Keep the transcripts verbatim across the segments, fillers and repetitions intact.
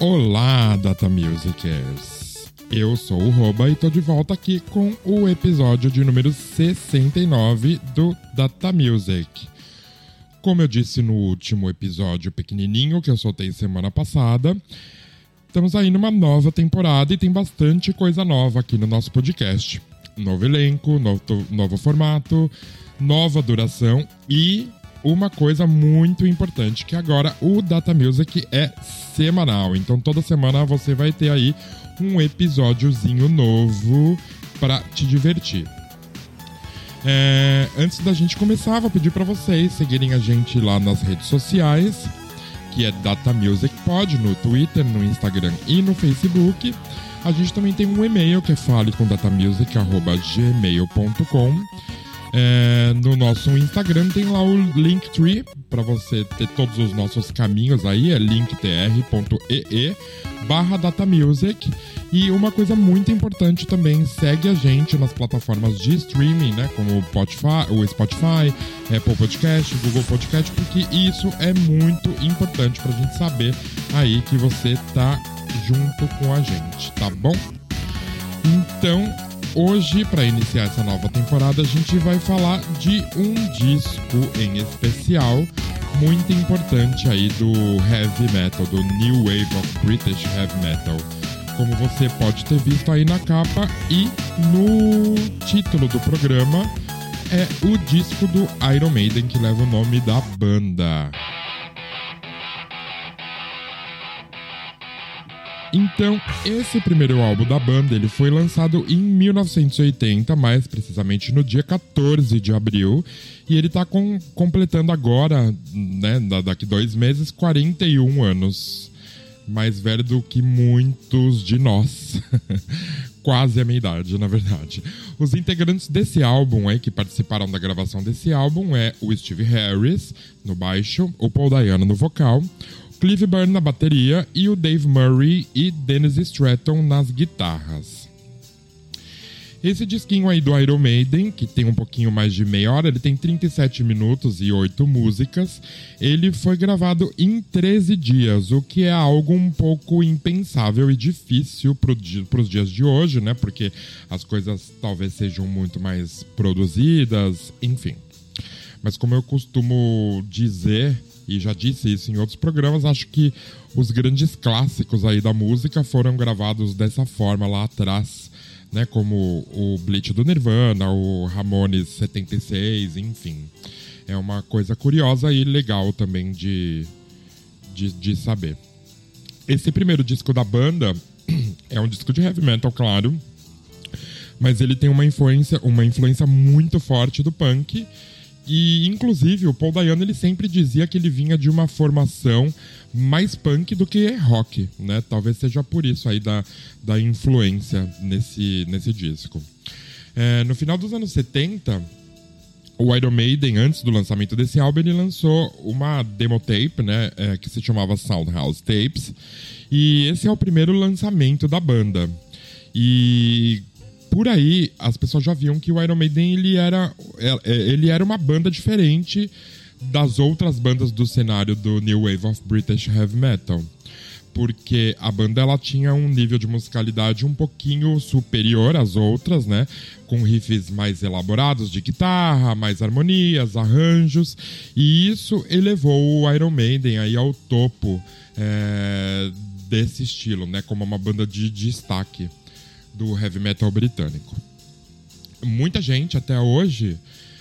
Olá, Data Musicers! Eu sou o Roba e tô de volta aqui com o episódio de número sessenta e nove do Data Music. Como eu disse no último episódio pequenininho que eu soltei semana passada, estamos aí numa nova temporada e tem bastante coisa nova aqui no nosso podcast. Novo elenco, novo, novo formato, nova duração e uma coisa muito importante, que agora o Data Music é semanal. Então toda semana você vai ter aí um episódiozinho novo para te divertir. É, antes da gente começar, vou pedir para vocês seguirem a gente lá nas redes sociais, que é Data Music Pod, no Twitter, no Instagram e no Facebook. A gente também tem um e-mail que é fale com data music arroba gmail ponto com. É, no nosso Instagram tem lá o Linktree para você ter todos os nossos caminhos aí, é linktr ponto ee barra datamusic. E uma coisa muito importante também, segue a gente nas plataformas de streaming, né, como o Spotify, o Spotify, Apple Podcast, Google Podcast, porque isso é muito importante pra gente saber aí que você tá junto com a gente, tá bom? Então, hoje, para iniciar essa nova temporada, a gente vai falar de um disco em especial muito importante aí do heavy metal, do New Wave of British Heavy Metal. Como você pode ter visto aí na capa e no título do programa, é o disco do Iron Maiden que leva o nome da banda. Então, esse primeiro álbum da banda, ele foi lançado em mil novecentos e oitenta, mais precisamente no dia quatorze de abril, e ele tá com, completando agora, né, daqui dois meses, quarenta e um anos. Mais velho do que muitos de nós. Quase a minha idade, na verdade. Os integrantes desse álbum aí, que participaram da gravação desse álbum, é o Steve Harris, no baixo, o Paul Di'Anno no vocal, Clive Burr na bateria e o Dave Murray e Dennis Stratton nas guitarras. Esse disquinho aí do Iron Maiden, que tem um pouquinho mais de meia hora, ele tem trinta e sete minutos e oito músicas. Ele foi gravado em treze dias, o que é algo um pouco impensável e difícil para os dias de hoje, né? Porque as coisas talvez sejam muito mais produzidas, enfim. Mas como eu costumo dizer, e já disse isso em outros programas, acho que os grandes clássicos aí da música foram gravados dessa forma lá atrás, né, como o Bleach do Nirvana, o Ramones setenta e seis, enfim. É uma coisa curiosa e legal também de, de, de saber. Esse primeiro disco da banda é um disco de heavy metal, claro, mas ele tem uma influência, uma influência muito forte do punk. E, inclusive, o Paul Di'Anno, ele sempre dizia que ele vinha de uma formação mais punk do que rock, né? Talvez seja por isso aí da, da influência nesse, nesse disco. É, no final dos anos setenta, o Iron Maiden, antes do lançamento desse álbum, ele lançou uma demo tape, né? É, que se chamava Soundhouse Tapes. E esse é o primeiro lançamento da banda. E por aí, as pessoas já viam que o Iron Maiden ele era, ele era uma banda diferente das outras bandas do cenário do New Wave of British Heavy Metal. Porque a banda ela tinha um nível de musicalidade um pouquinho superior às outras, né? Com riffs mais elaborados de guitarra, mais harmonias, arranjos. E isso elevou o Iron Maiden aí ao topo é, desse estilo, né? Como uma banda de destaque do heavy metal britânico. Muita gente até hoje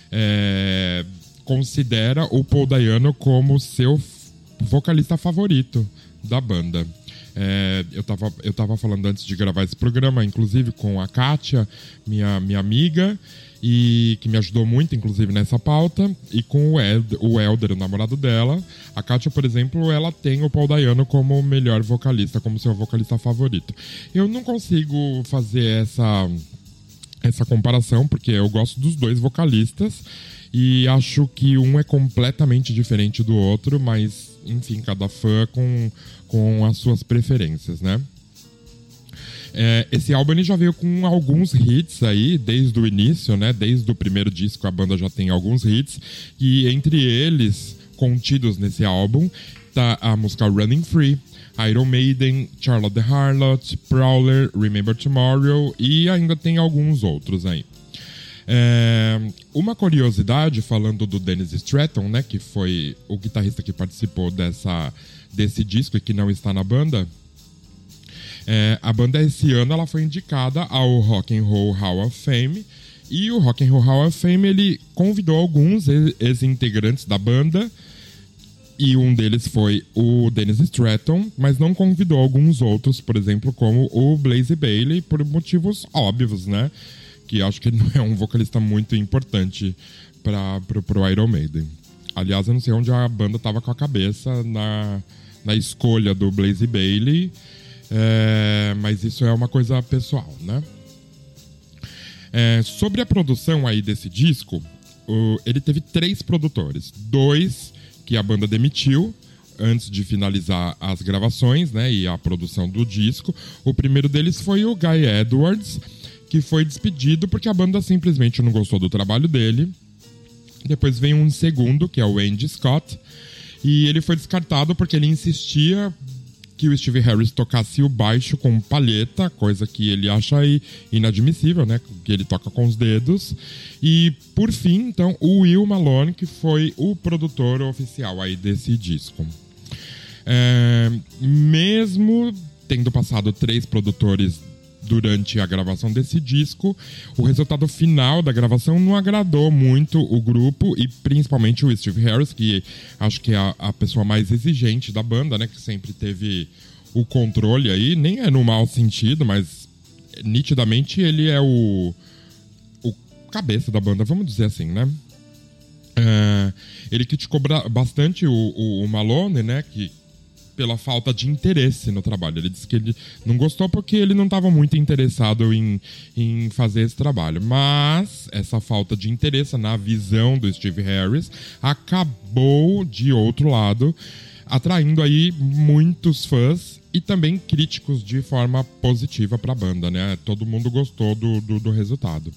é, considera o Paul Di'Anno como seu vocalista favorito da banda. É, eu, tava, eu tava falando antes de gravar esse programa, inclusive com a Kátia, minha, minha amiga, e que me ajudou muito, inclusive, nessa pauta, e com o, Ed, o Elder, o namorado dela. A Kátia, por exemplo, ela tem o Paul Di'Anno como o melhor vocalista, como seu vocalista favorito. Eu não consigo fazer essa, essa comparação, porque eu gosto dos dois vocalistas, e acho que um é completamente diferente do outro, mas, enfim, cada fã com, com as suas preferências, né? É, esse álbum ele já veio com alguns hits aí, desde o início, né? Desde o primeiro disco a banda já tem alguns hits. E entre eles, contidos nesse álbum, tá a música Running Free, Iron Maiden, Charlotte the Harlot, Prowler, Remember Tomorrow e ainda tem alguns outros aí. É, uma curiosidade, falando do Dennis Stratton, né, que foi o guitarrista que participou dessa, desse disco e que não está na banda, é, a banda esse ano ela foi indicada ao Rock and Roll Hall of Fame, e o Rock and Roll Hall of Fame ele convidou alguns ex-integrantes da banda, e um deles foi o Dennis Stratton, mas não convidou alguns outros, por exemplo, como o Blaze Bayley, por motivos óbvios, né? Que acho que ele não é um vocalista muito importante para o Iron Maiden. Aliás, eu não sei onde a banda estava com a cabeça na, na escolha do Blaze Bayley, é, mas isso é uma coisa pessoal, né? É, sobre a produção aí desse disco, o, ele teve três produtores. Dois que a banda demitiu antes de finalizar as gravações, né, e a produção do disco. O primeiro deles foi o Guy Edwards, que foi despedido porque a banda simplesmente não gostou do trabalho dele. Depois vem um segundo, que é o Andy Scott, e ele foi descartado porque ele insistia que o Steve Harris tocasse o baixo com palheta, coisa que ele acha inadmissível, né? Que ele toca com os dedos. E, por fim, então, o Will Malone, que foi o produtor oficial aí desse disco. É, mesmo tendo passado três produtores durante a gravação desse disco, o resultado final da gravação não agradou muito o grupo e principalmente o Steve Harris, que acho que é a, a pessoa mais exigente da banda, né, que sempre teve o controle aí, nem é no mau sentido, mas nitidamente ele é o, o cabeça da banda, vamos dizer assim, né? É, ele criticou bastante o, o, o Malone, né, que pela falta de interesse no trabalho. Ele disse que ele não gostou porque ele não estava muito interessado em, em fazer esse trabalho. Mas essa falta de interesse na visão do Steve Harris acabou, de outro lado, atraindo aí muitos fãs e também críticos de forma positiva para a banda, né? Todo mundo gostou do, do, do resultado.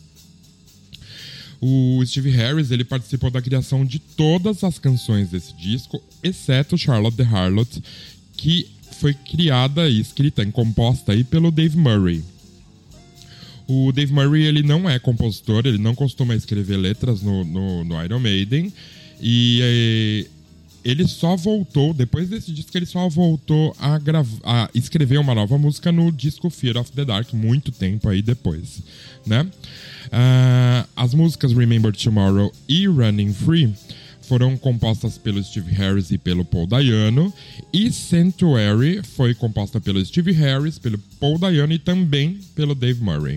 O Steve Harris ele participou da criação de todas as canções desse disco, exceto Charlotte the Harlot, que foi criada e escrita e composta aí pelo Dave Murray. O Dave Murray ele não é compositor, ele não costuma escrever letras no, no, no Iron Maiden, e ele só voltou, depois desse disco, ele só voltou a, grava- a escrever uma nova música no disco Fear of the Dark, muito tempo aí depois, né? Uh, as músicas Remember Tomorrow e Running Free foram compostas pelo Steve Harris e pelo Paul Dayano, e Sanctuary foi composta pelo Steve Harris, pelo Paul Dayano e também pelo Dave Murray.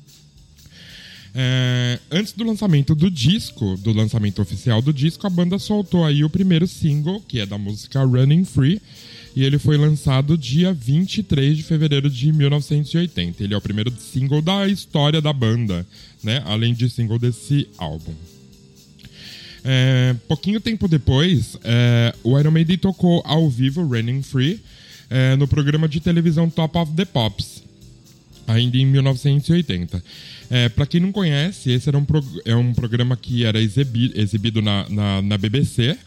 É, antes do lançamento do disco, do lançamento oficial do disco, a banda soltou aí o primeiro single, que é da música Running Free, e ele foi lançado dia vinte e três de fevereiro de mil novecentos e oitenta. Ele é o primeiro single da história da banda, né? Além de single desse álbum. É, pouquinho tempo depois, é, o Iron Maiden tocou ao vivo Running Free é, no programa de televisão Top of the Pops, ainda em mil novecentos e oitenta. É, para quem não conhece, esse era um, pro, é um programa que era exibi, exibido na, na, na B B C,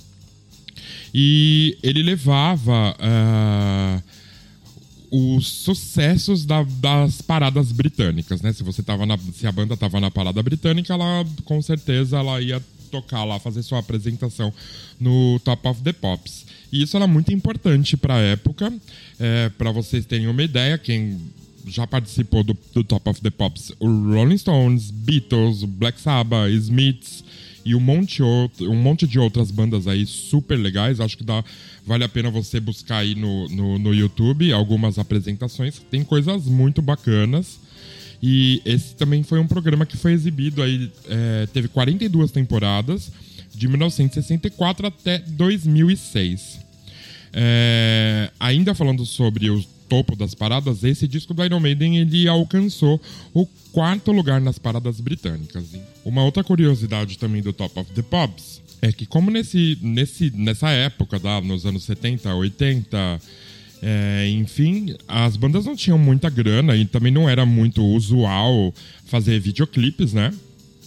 e ele levava uh, os sucessos da, das paradas britânicas, né? Se, você tava na, se a banda estava na parada britânica, ela com certeza ela ia tocar lá, fazer sua apresentação no Top of the Pops. E isso era muito importante para a época. É, para vocês terem uma ideia, quem já participou do, do Top of the Pops, o Rolling Stones, Beatles, Black Sabbath, Smiths e um monte, outro, um monte de outras bandas aí super legais. Acho que dá, vale a pena você buscar aí no, no, no YouTube algumas apresentações. Tem coisas muito bacanas. E esse também foi um programa que foi exibido aí, é, teve quarenta e duas temporadas, de mil novecentos e sessenta e quatro até dois mil e seis. É, ainda falando sobre o topo das paradas, esse disco do Iron Maiden ele alcançou o quarto lugar nas paradas britânicas. Uma outra curiosidade também do Top of the Pops é que, como nesse, nesse, nessa época, tá, nos anos setenta, oitenta... É, enfim, as bandas não tinham muita grana e também não era muito usual fazer videoclipes, né?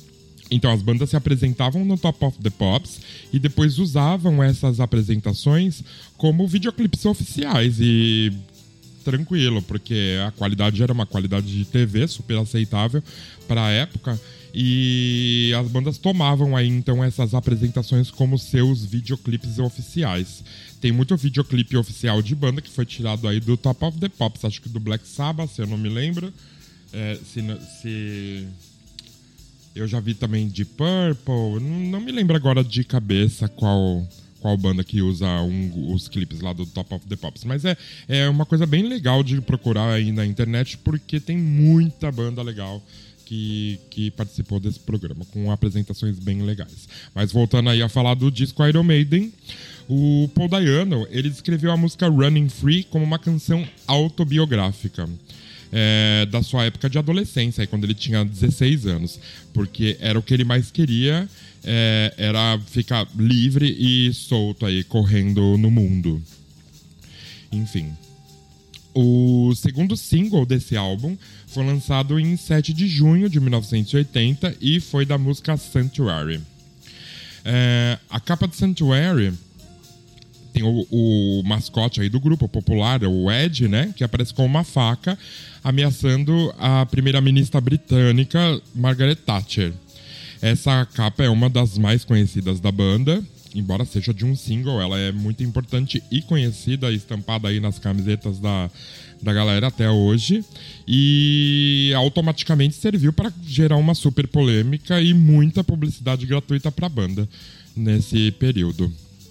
Então as bandas se apresentavam no Top of the Pops e depois usavam essas apresentações como videoclipes oficiais e tranquilo, porque a qualidade era uma qualidade de T V super aceitável para a época e as bandas tomavam aí então essas apresentações como seus videoclipes oficiais. Tem muito videoclipe oficial de banda que foi tirado aí do Top of the Pops, acho que do Black Sabbath, se eu não me lembro. É, se, se... Eu já vi também de Purple, não me lembro agora de cabeça qual, qual banda que usa um, os clipes lá do Top of the Pops. Mas é, é uma coisa bem legal de procurar aí na internet, porque tem muita banda legal que, que participou desse programa, com apresentações bem legais. Mas voltando aí a falar do disco Iron Maiden, o Paul Dayano, ele descreveu a música Running Free como uma canção autobiográfica. É, da sua época de adolescência, aí, quando ele tinha dezesseis anos, porque era o que ele mais queria, é, era ficar livre e solto aí, correndo no mundo. Enfim. O segundo single desse álbum foi lançado em sete de junho de mil novecentos e oitenta e foi da música Sanctuary. É, a capa de Sanctuary tem o, o mascote aí do grupo popular, o Ed, né, que aparece com uma faca ameaçando a primeira-ministra britânica Margaret Thatcher. Essa capa é uma das mais conhecidas da banda, embora seja de um single, ela é muito importante e conhecida, estampada aí nas camisetas da, da galera até hoje, e automaticamente serviu para gerar uma super polêmica e muita publicidade gratuita para a banda nesse período.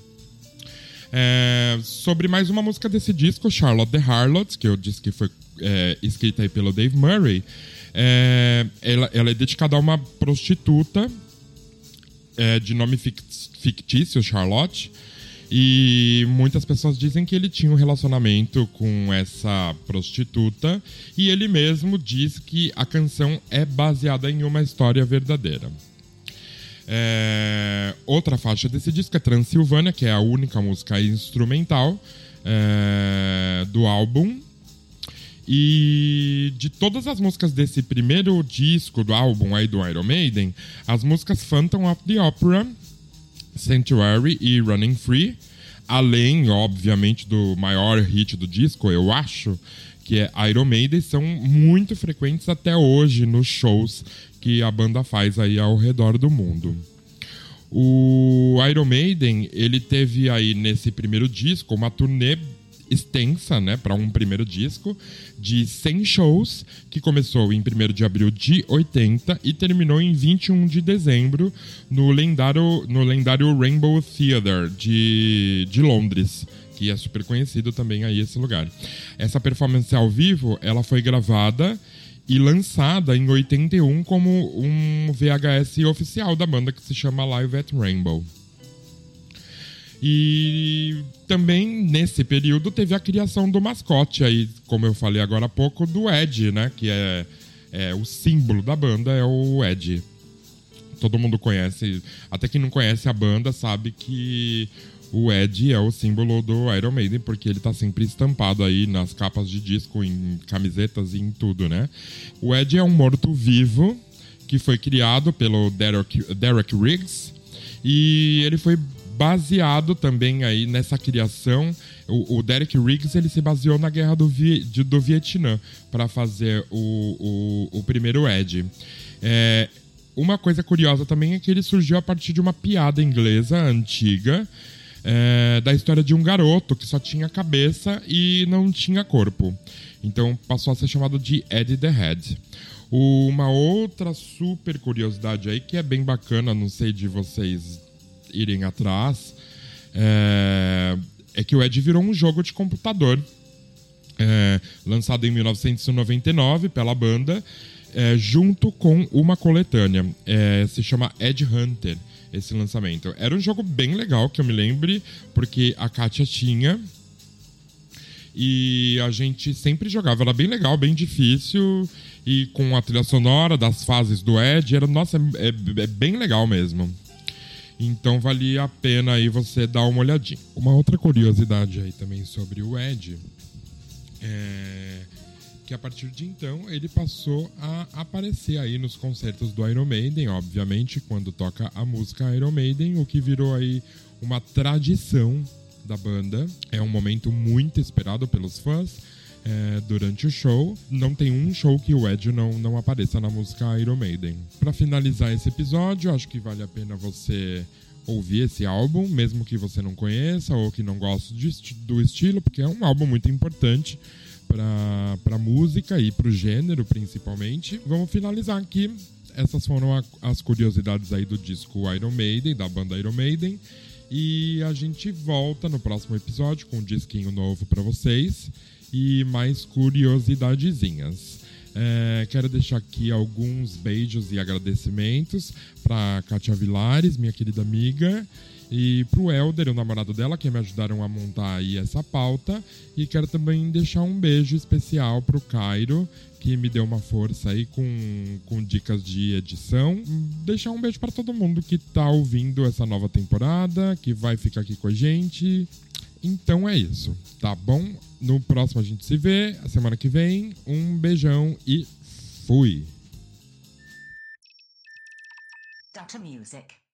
É, sobre mais uma música desse disco, Charlotte the Harlot, que eu disse que foi é, escrita aí pelo Dave Murray, é, ela, ela é dedicada a uma prostituta é, de nome fictício, Charlotte, e muitas pessoas dizem que ele tinha um relacionamento com essa prostituta, e ele mesmo diz que a canção é baseada em uma história verdadeira. É, outra faixa desse disco é Transilvânia, que é a única música instrumental é, do álbum. E de todas as músicas desse primeiro disco do álbum aí do Iron Maiden, as músicas Phantom of the Opera, Sanctuary e Running Free, além, obviamente, do maior hit do disco, eu acho, que é Iron Maiden, são muito frequentes até hoje nos shows que a banda faz aí ao redor do mundo. O Iron Maiden, ele teve aí nesse primeiro disco uma turnê extensa, né, para um primeiro disco, de cem shows, que começou em primeiro de abril de oitenta e terminou em vinte e um de dezembro no lendário, no lendário Rainbow Theatre de, de Londres, que é super conhecido também aí esse lugar. Essa performance ao vivo, ela foi gravada e lançada em oitenta e um como um V H S oficial da banda, que se chama Live at Rainbow. E também nesse período teve a criação do mascote aí, como eu falei agora há pouco, do Ed, né? Que é, é o símbolo da banda, é o Ed. Todo mundo conhece, até quem não conhece a banda sabe que o Ed é o símbolo do Iron Maiden, porque ele tá sempre estampado aí nas capas de disco, em camisetas e em tudo, né? O Ed é um morto-vivo que foi criado pelo Derek, Derek Riggs, e ele foi baseado também aí nessa criação. O, o Derek Riggs, ele se baseou na guerra do, Vi, de, do Vietnã para fazer o, o, o primeiro Ed. É, uma coisa curiosa também é que ele surgiu a partir de uma piada inglesa antiga, é, da história de um garoto que só tinha cabeça e não tinha corpo. Então passou a ser chamado de Ed the Head. Uma outra super curiosidade aí, que é bem bacana, não sei de vocês irem atrás, é, é que o Ed virou um jogo de computador, é, lançado em mil novecentos e noventa e nove pela banda, é, junto com uma coletânea. É, se chama Ed Hunter, esse lançamento. Era um jogo bem legal, que eu me lembre, porque a Kátia tinha e a gente sempre jogava. Era bem legal, bem difícil, e com a trilha sonora das fases do Ed, era, nossa, é, é bem legal mesmo. Então valia a pena aí você dar uma olhadinha. Uma outra curiosidade aí também sobre o Ed é que a partir de então ele passou a aparecer aí nos concertos do Iron Maiden, obviamente, quando toca a música Iron Maiden, o que virou aí uma tradição da banda. É um momento muito esperado pelos fãs é, durante o show. Não tem um show que o Ed não, não apareça na música Iron Maiden. Para finalizar esse episódio, acho que vale a pena você ouvir esse álbum, mesmo que você não conheça ou que não goste de esti- do estilo, porque é um álbum muito importante para para música e para o gênero, principalmente. Vamos finalizar aqui. Essas foram a, as curiosidades aí do disco Iron Maiden, da banda Iron Maiden. E a gente volta no próximo episódio com um disquinho novo para vocês e mais curiosidadezinhas. É, quero deixar aqui alguns beijos e agradecimentos para Kátia Vilares, minha querida amiga, e para o Helder, o namorado dela, que me ajudaram a montar aí essa pauta. E quero também deixar um beijo especial para o Cairo, que me deu uma força aí com, com dicas de edição. Deixar um beijo para todo mundo que tá ouvindo essa nova temporada, que vai ficar aqui com a gente. Então é isso, tá bom? No próximo a gente se vê, a semana que vem. Um beijão e fui! Data Music.